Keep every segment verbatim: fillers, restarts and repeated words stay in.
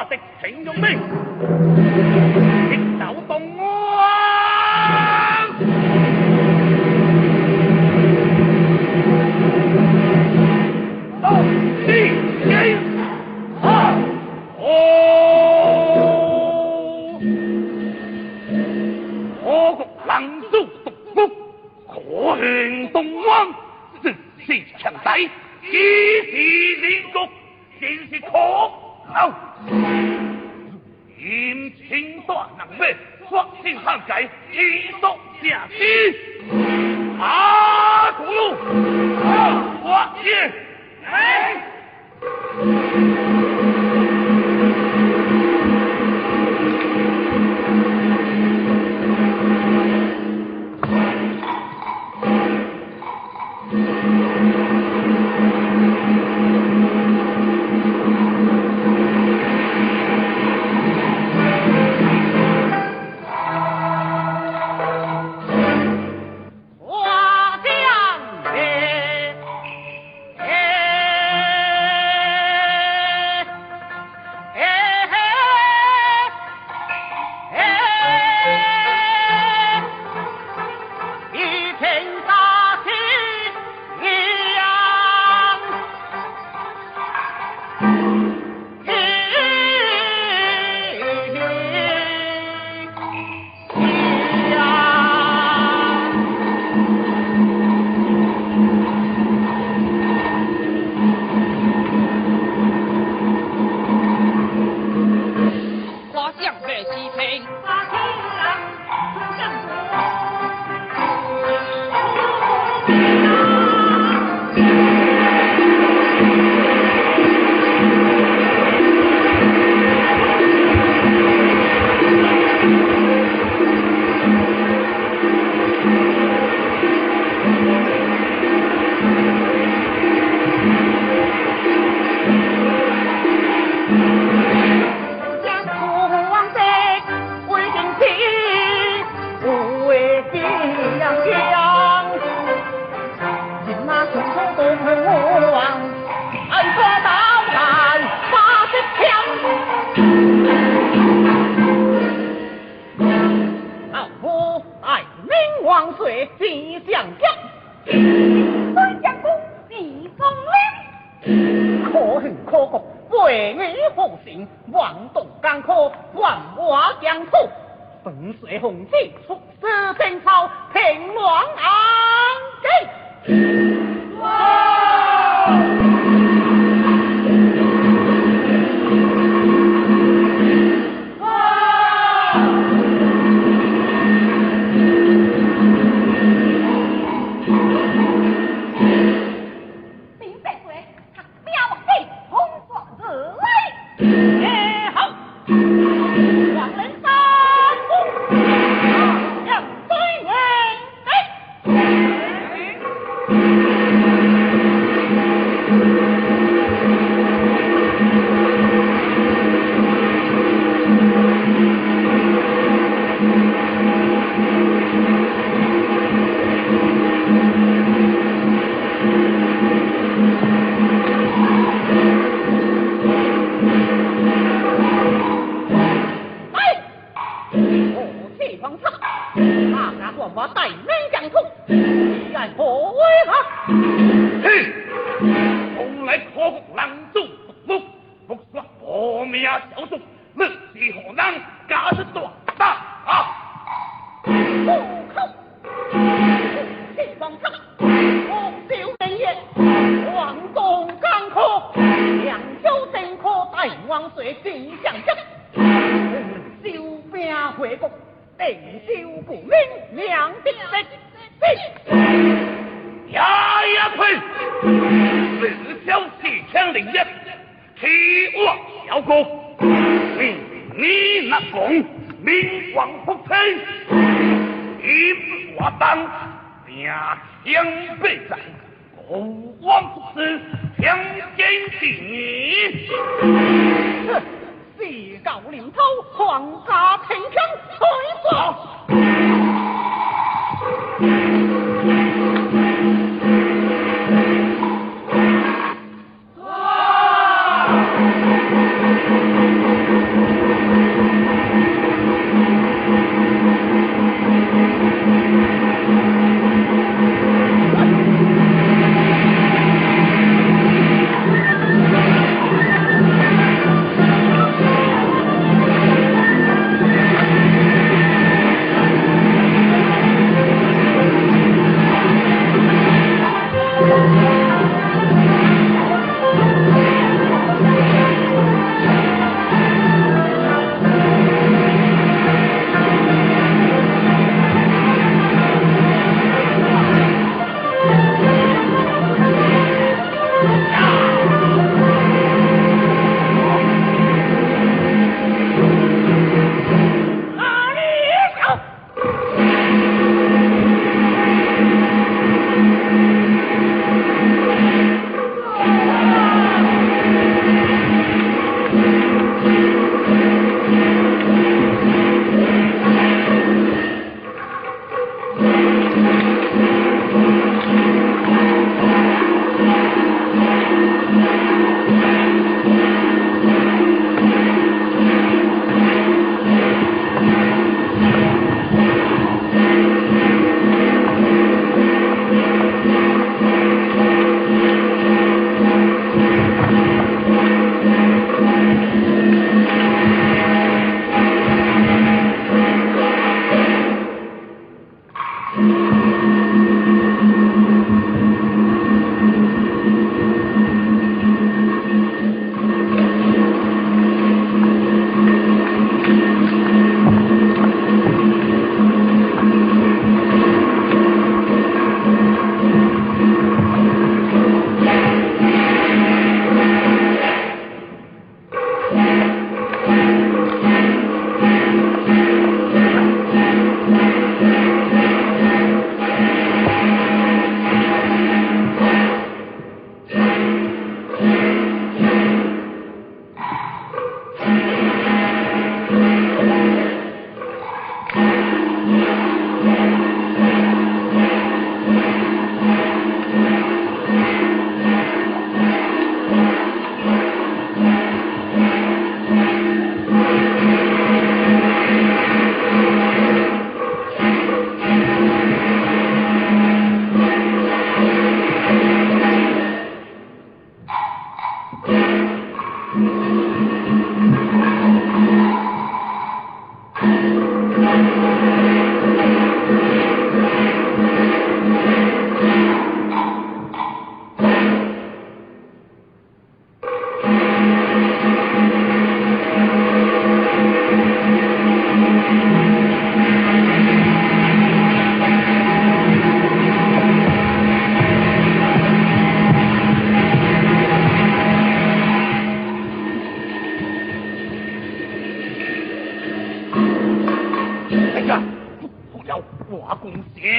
杀敌请用命，激走东王。到第一二哦，我国狼族独福，可劝东王自是强大，以是邻国，真是可恼。严清大能为率先汉界，以毒下之。阿古路，我也。哎！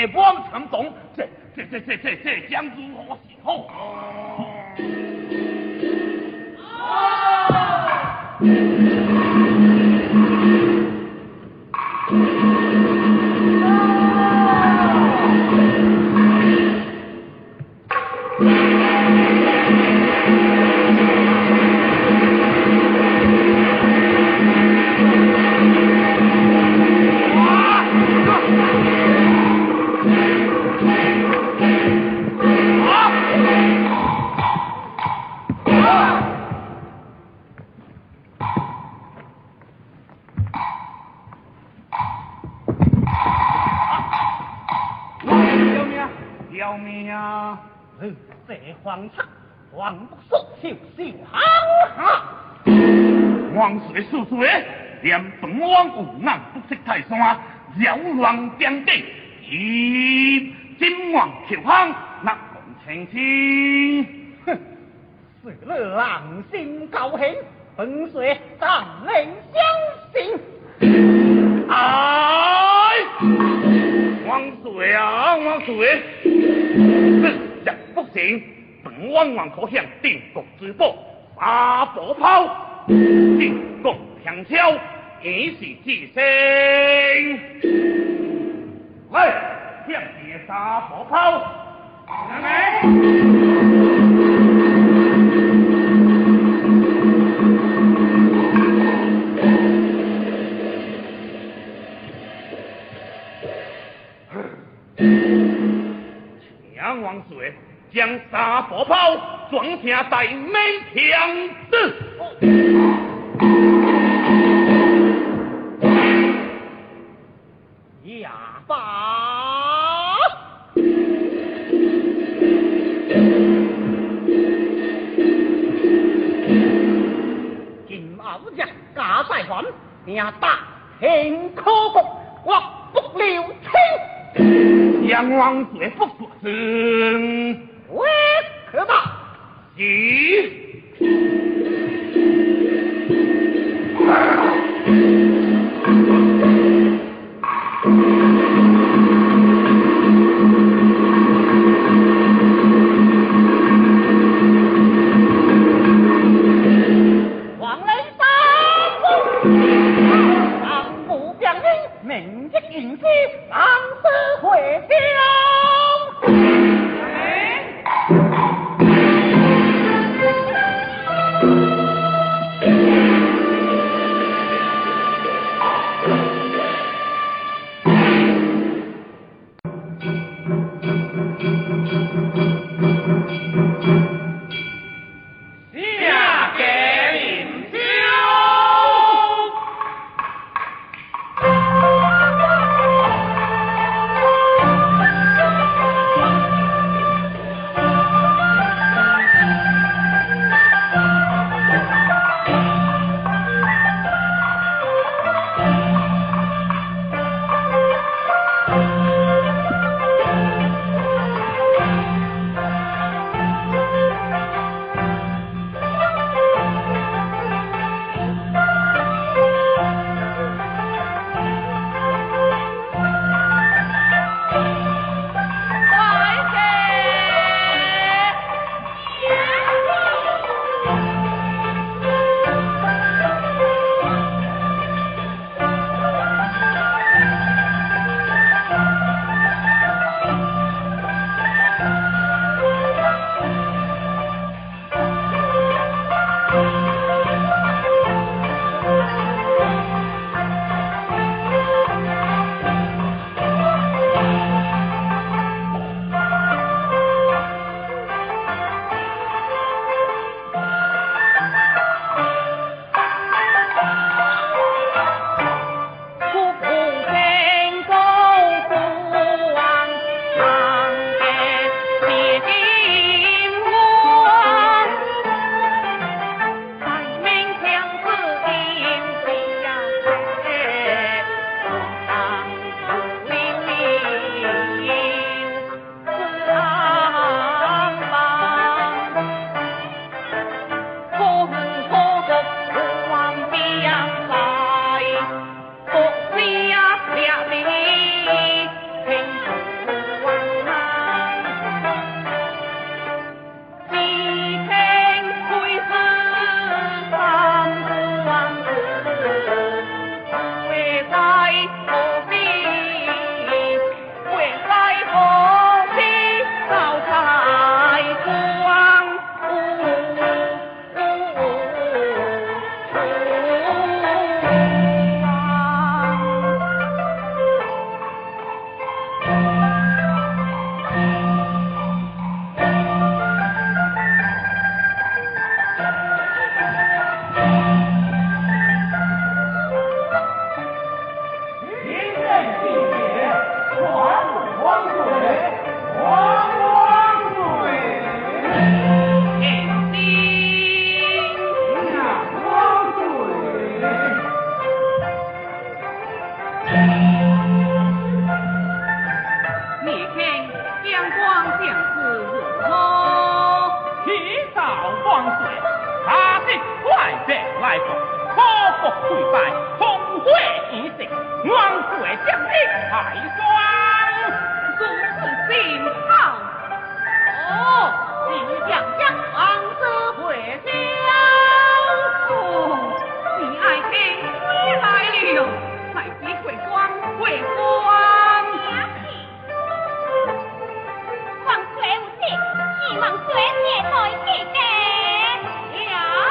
夜光沉重，这这这这这这将如何是好？要命啊！ 嗯，这皇上，王不说秀秀行哈！ 王水叔叔诶，连本王有眼不识泰山，扰乱边地，以今王求康，那共清清。 哼，死了狼心高兴，本水当能相信。 哎，王水啊，王水！此日不行，本王王可向定国之宝沙宝炮，定国强敲，以示自身。来，向地沙宝炮，来杨王水将沙宝炮装下在每枪子， 哑巴，今后日假赛环，命大天可国，我不留情。 杨王水不作声， 喂，可吧？ 是。 王雷三夫，上不将军，明日迎接王师回乡。 大国，可国跪拜，同会一成，王子将领太双，如此心好。哦，你将将王子回家。哦，你爱听回来了，快去回光回光。 王水有事，希望水也可以记得。 了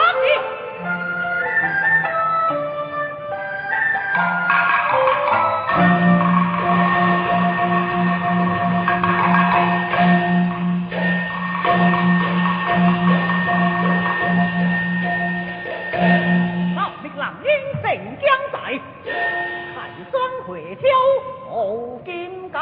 老命郎应正将在，寒霜回挑后金盖。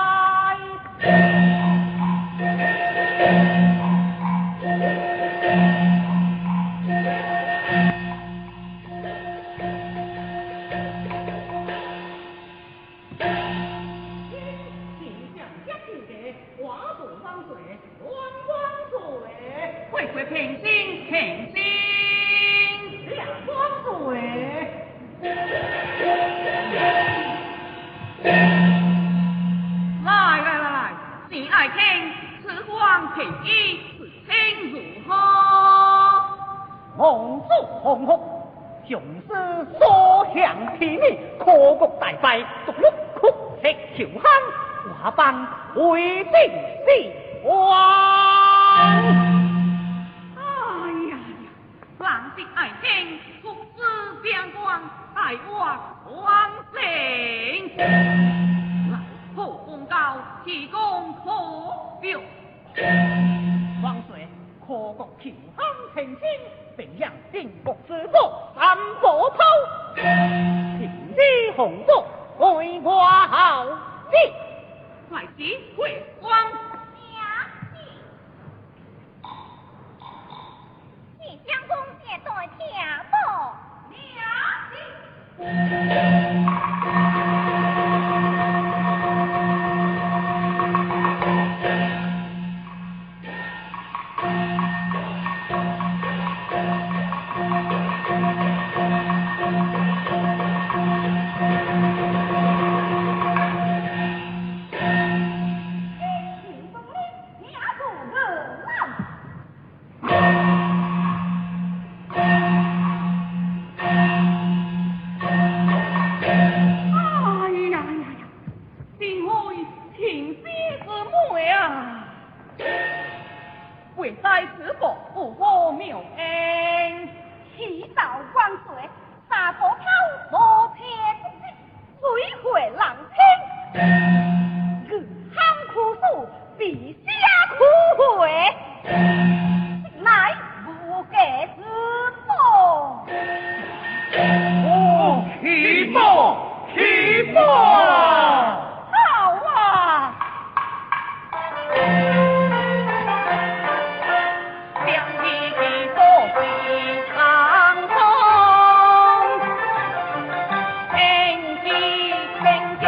快快平心平心，两双嘴。来来来来，你爱听此光平衣事情如何？红烛红红，雄狮所向披靡，可国大败，独鹿哭吃求康，华邦为定是王。郎的爱情，父子相光，爱我王成。来后公告，提供可表。王水可国求康成亲，并让定国之宝三宝抛。平之红烛为我好事，来时回光。 将公接待听不了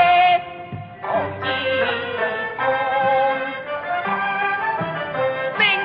明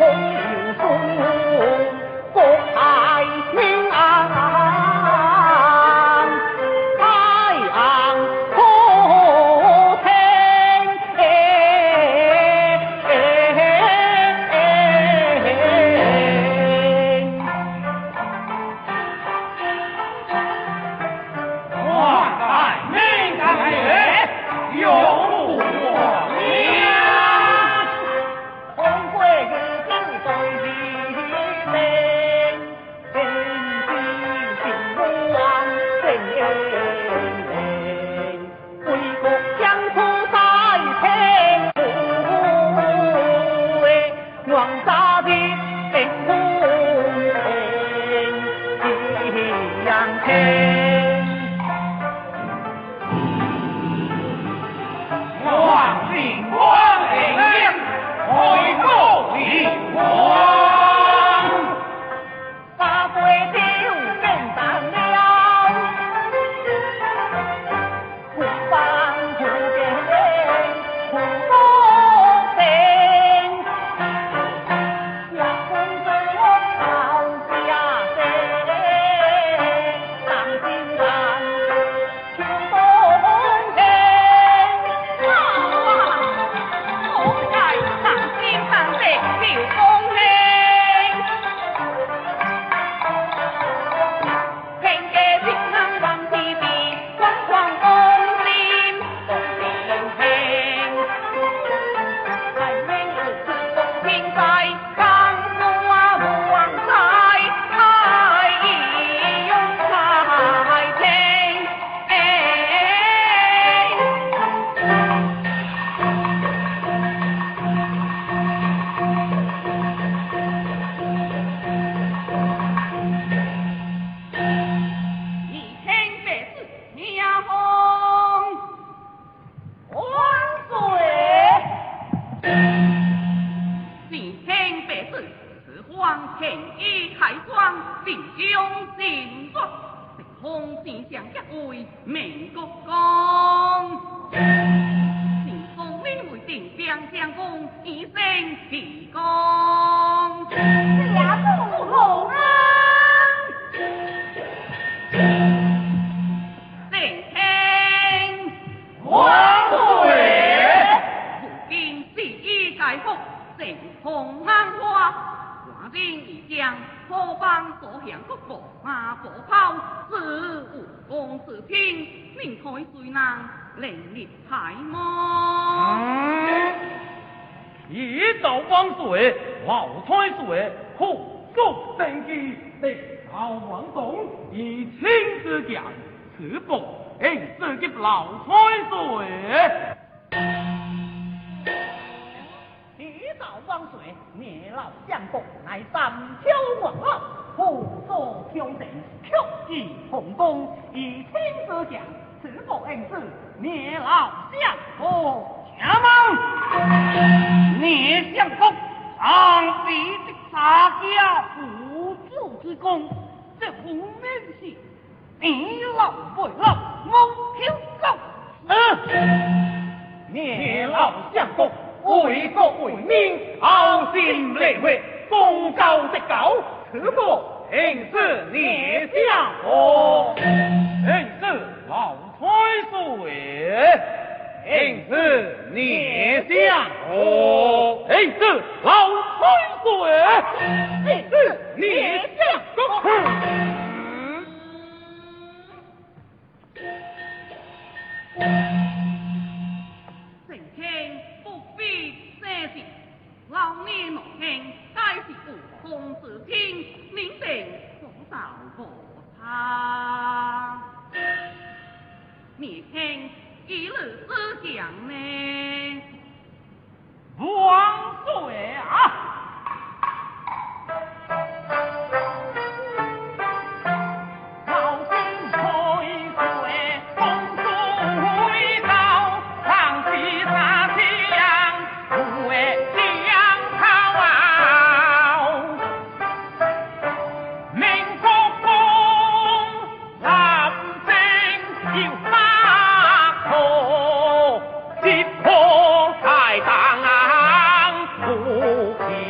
不平。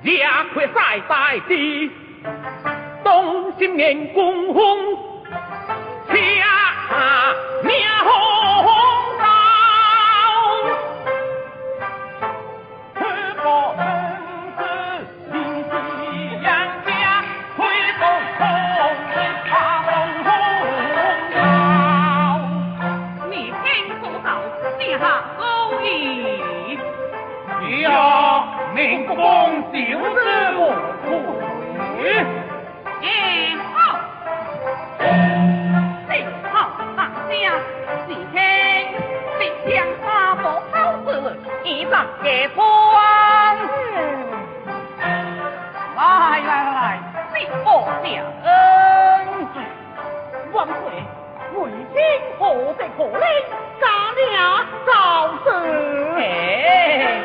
也快在在地，东心眼公公，下命红刀，可否真是心系杨家，挥动红日发红刀， 你听说道，殿下高义。 呀，民公就是我悔。 也好，这好大家，是听是将沙漠好事，一把给光。来来来，谢我谢恩。万岁，为天何得可怜，咱俩造事。哎。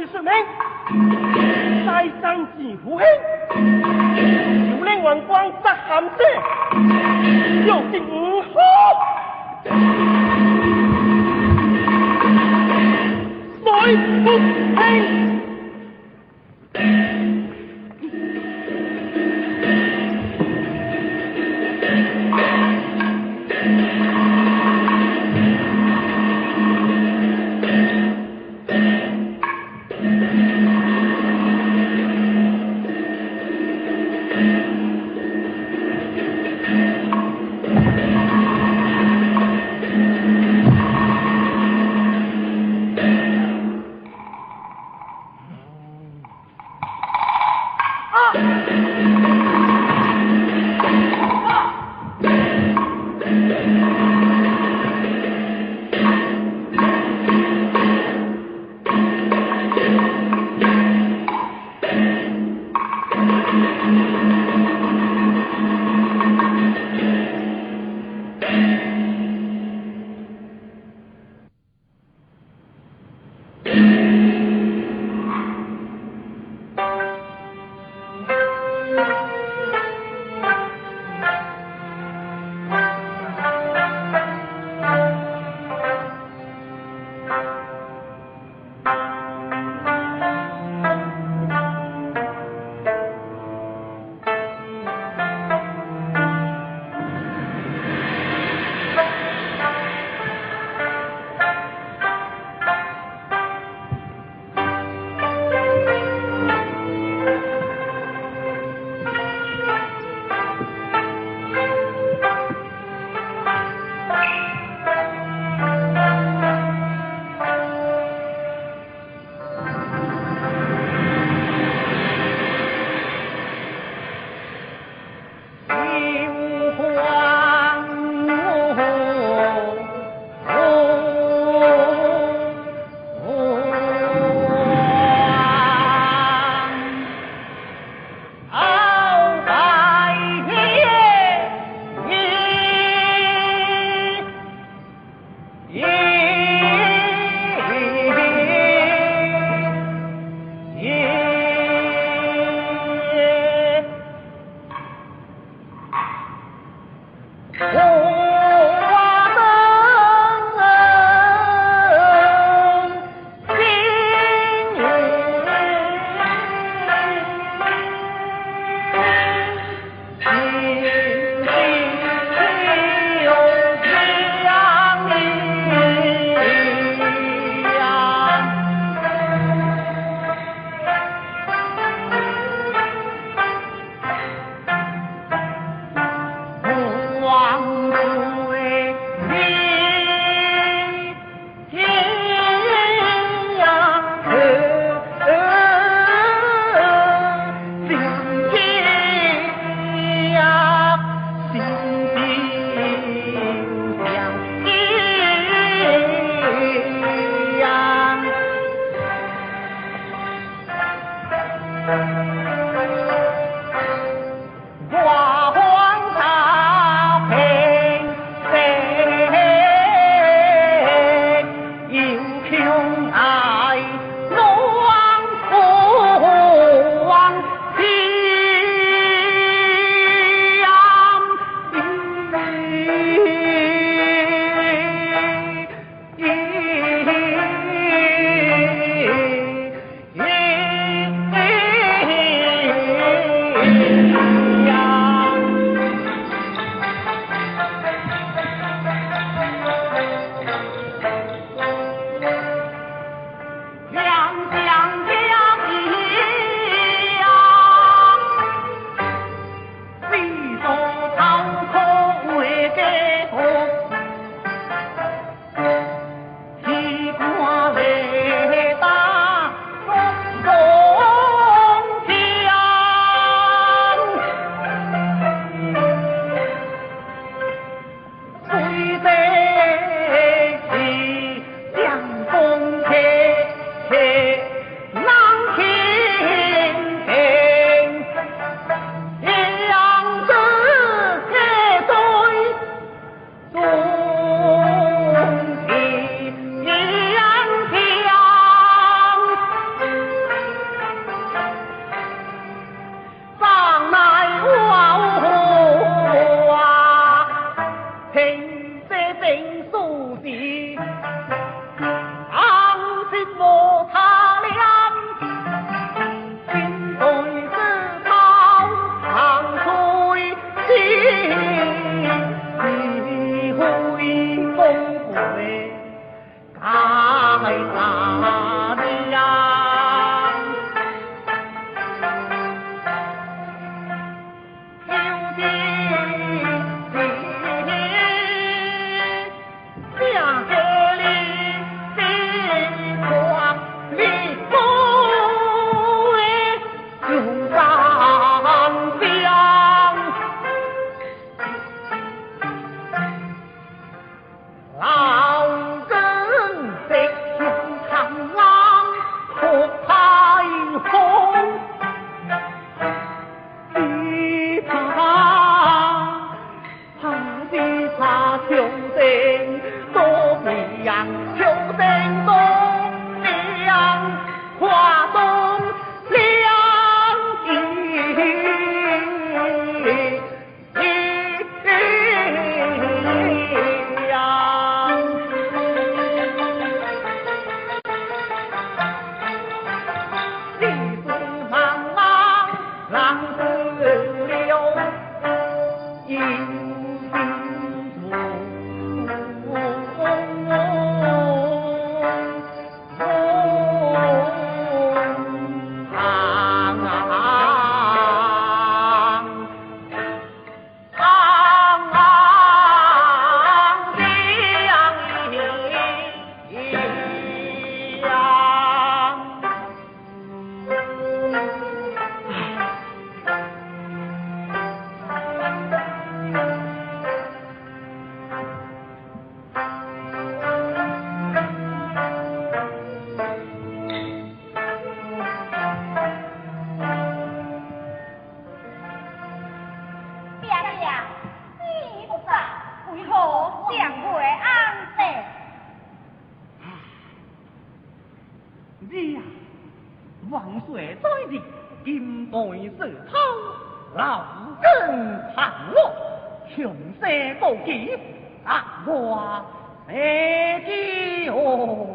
是使命，再三自负兴，有令王光则含者，有定五好。水不興。王听这兵书字，昂心莫他良。军队之草，长吹起，一回风归该哪里呀？究竟是下河里的花里风。就上香，老根的胸膛浪破开红，一怕怕的怕秋灯多亮，秋灯多亮，花东亮。万岁在日，金代是偷，老根残落，雄蛇过急，啊我没知哦。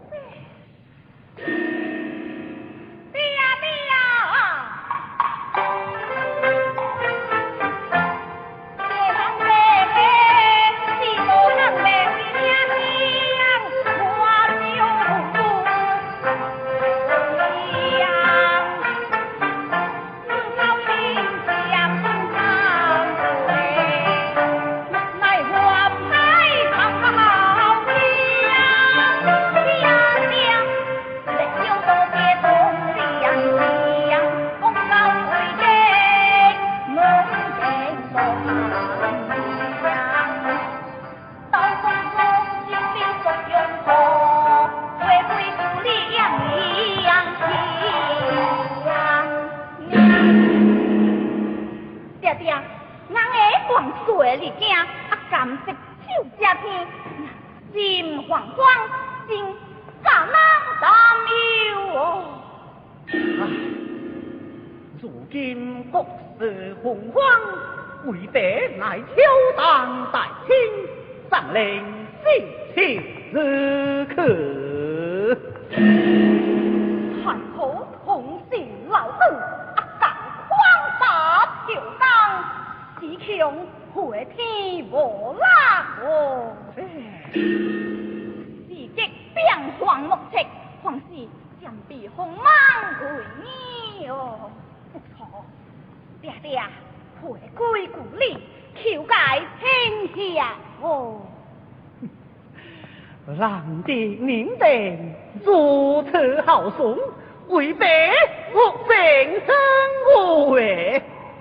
让的您的如此豪爽，为别我平生无为。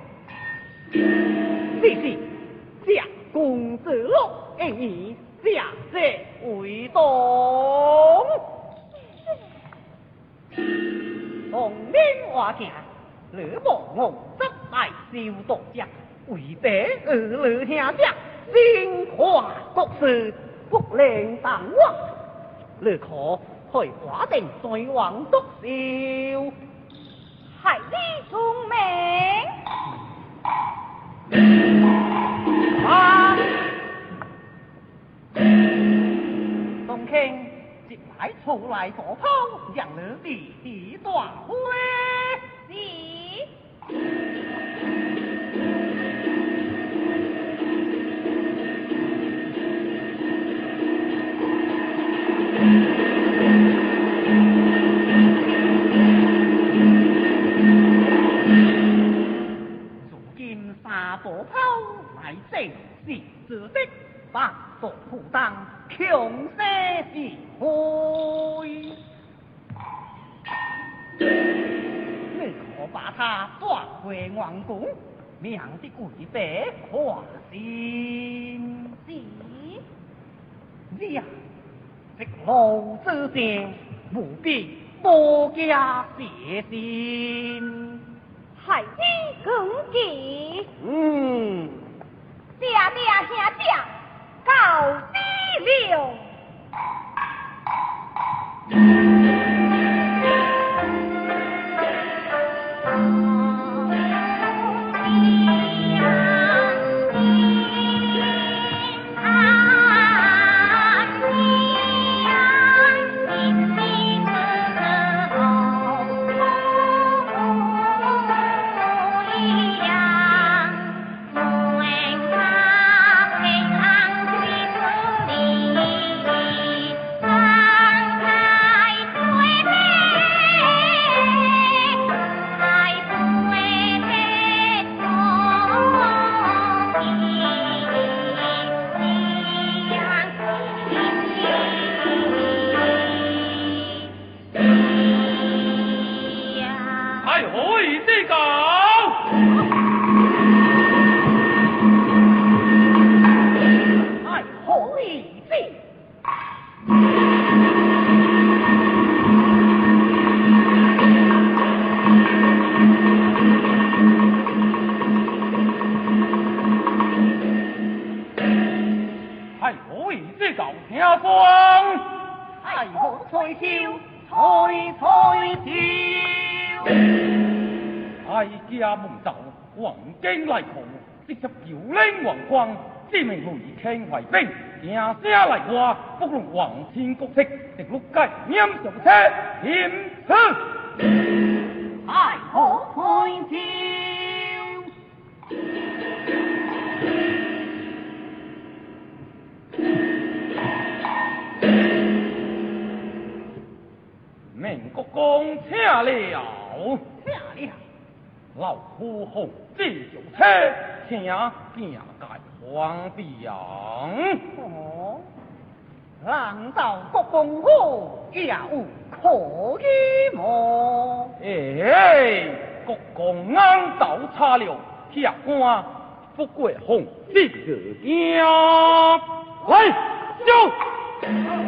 是是，下公子乐，以下者为东。同年华家，吕莫我执来修道家，为别二女兄长，心怀国事。福令当王，你可去华定再往督销， 害你聪明。 啊！ 进来出来躲跑，让你弟弟大会。 是。 如今沙波炮来正是自的，把做负担强势是灰。你可把他抓回皇宫，命的贵妃花心。 是。 你啊，这老子先务必多加小心。 害你更急， 嗯， 爹爹兄弟告知了。 家蒙召黄京来抗，即刻调领王光，知名雷倾为兵，声声来话，不论黄天国色，直碌街念上车，添车， 太后开朝。 明国公请了， 请了。 老夫红紫轿车，请见介皇帝哦，难道国公府也有可以么？ 哎，国公啱到差了，铁官不过红紫轿来走。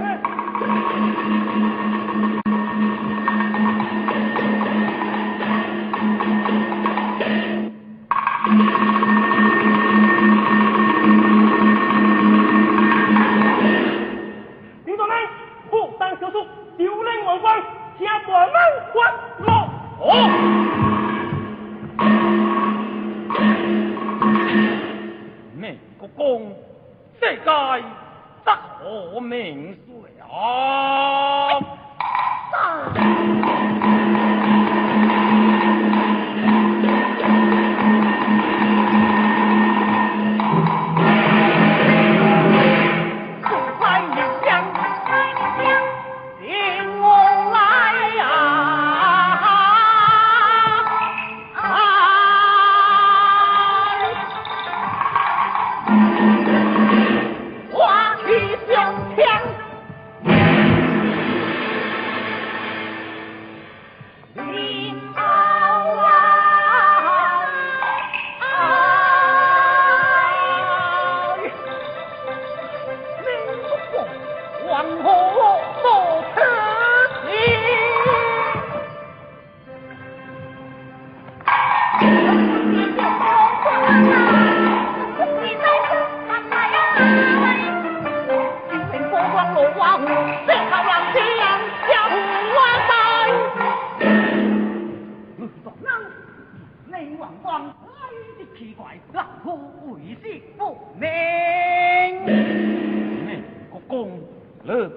领导们，不当小卒，丢领王光，请大门还落。哦。 明国公，世界得可名遂啊！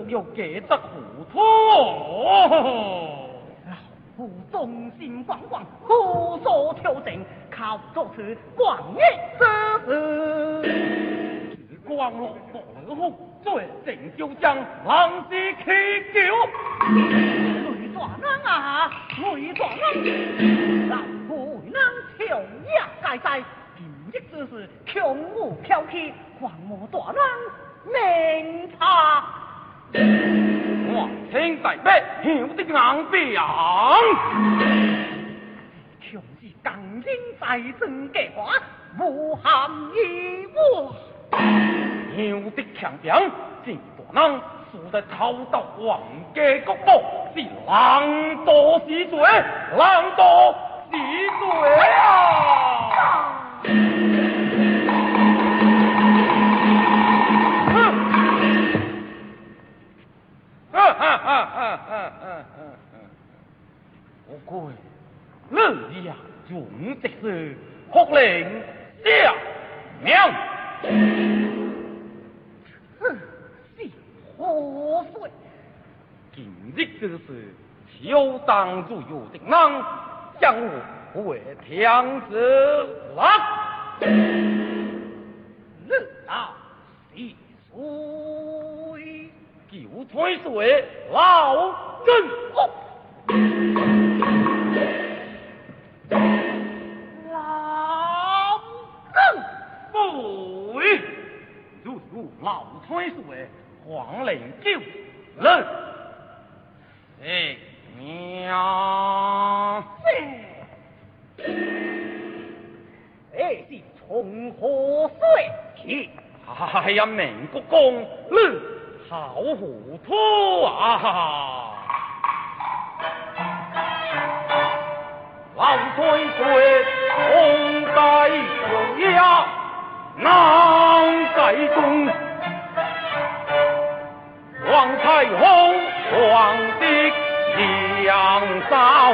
要给得糊涂。 老夫忠心耿耿，无所挑战，靠做出广义之事。 光禄不能护，最正就将狼之气救。 为大人啊，为大人，老夫为人跳跃界界，今日之事穷无飘气，还望大人明察。 我请大伯晓得硬表。 穷是更应在身计划，无含义我。 晓得强强，正大人输得偷盗皇家国宝，是狼多是罪，狼多是罪啊！哈哈哈哈哈哈！我贵日呀，总即是福临下命。 是何水？ 今日之事，小当如有的人，将我为天子了。 日到是谁？ 九泉水老真哦。 老郑不为，如如老泉水黄陵九人，哎娘， 这是从何水起？ 哎呀，明国公，你好糊涂啊！老泉水红在有压，难在中。王太后皇帝两沙红，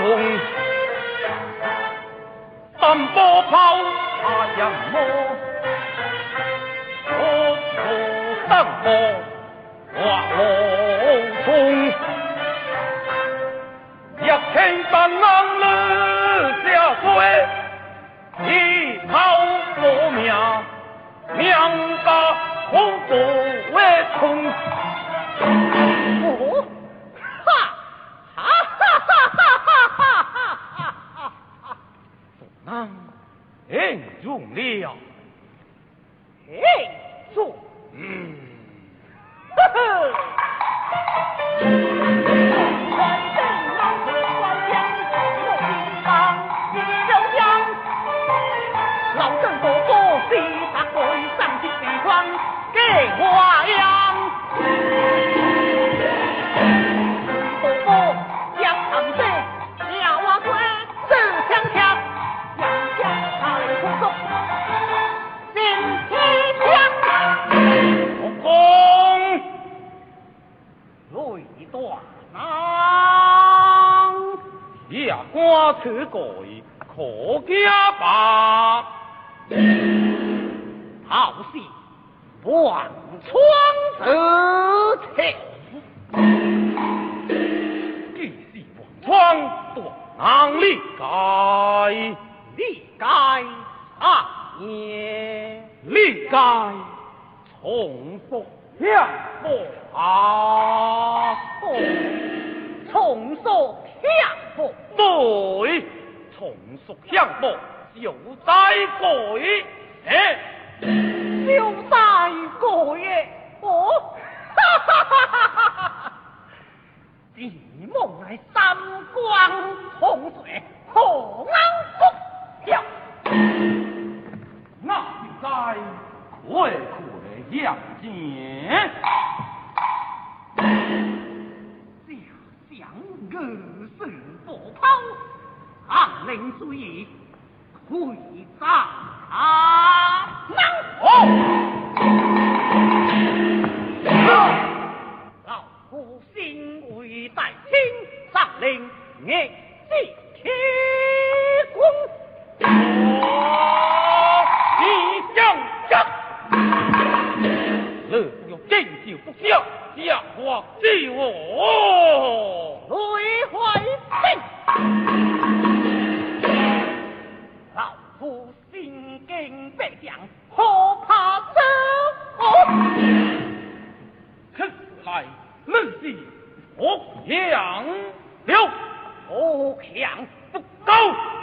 三波炮他阳魔，我不当我画罗冲，一听当昂了下水，一炮破命，命把红不为冲。 哦，哈，哈哈哈哈哈哈哈哈！ 那应中了， 哎，做， 嗯， 呵呵。官正老子官将，我应当一柔将。老郑伯伯西塔会上进地方给花样。伯伯将长生，鸟啊龟，自强强，杨家太空中，心气强。 我公。 雷断郎， 下官此改可家吧。 好戏望窗之情， 既是望窗，断能力改， 历该啊也， 力改重复下步啊！ 重塑相步， 对，重塑相步就在改哎。 就在过夜哦，哈哈哈哈哈哈！地梦来三光洪水，红安国跳， 那就该快快向前。 下想二十火炮，暗令注意，会战能哦。 老夫心为大清，上令灭地铁公。 我一将将，日要见就不下，下话自我。 雷怀兵，老夫心惊百将，何怕走？ 看来论是我强了， 我强不高。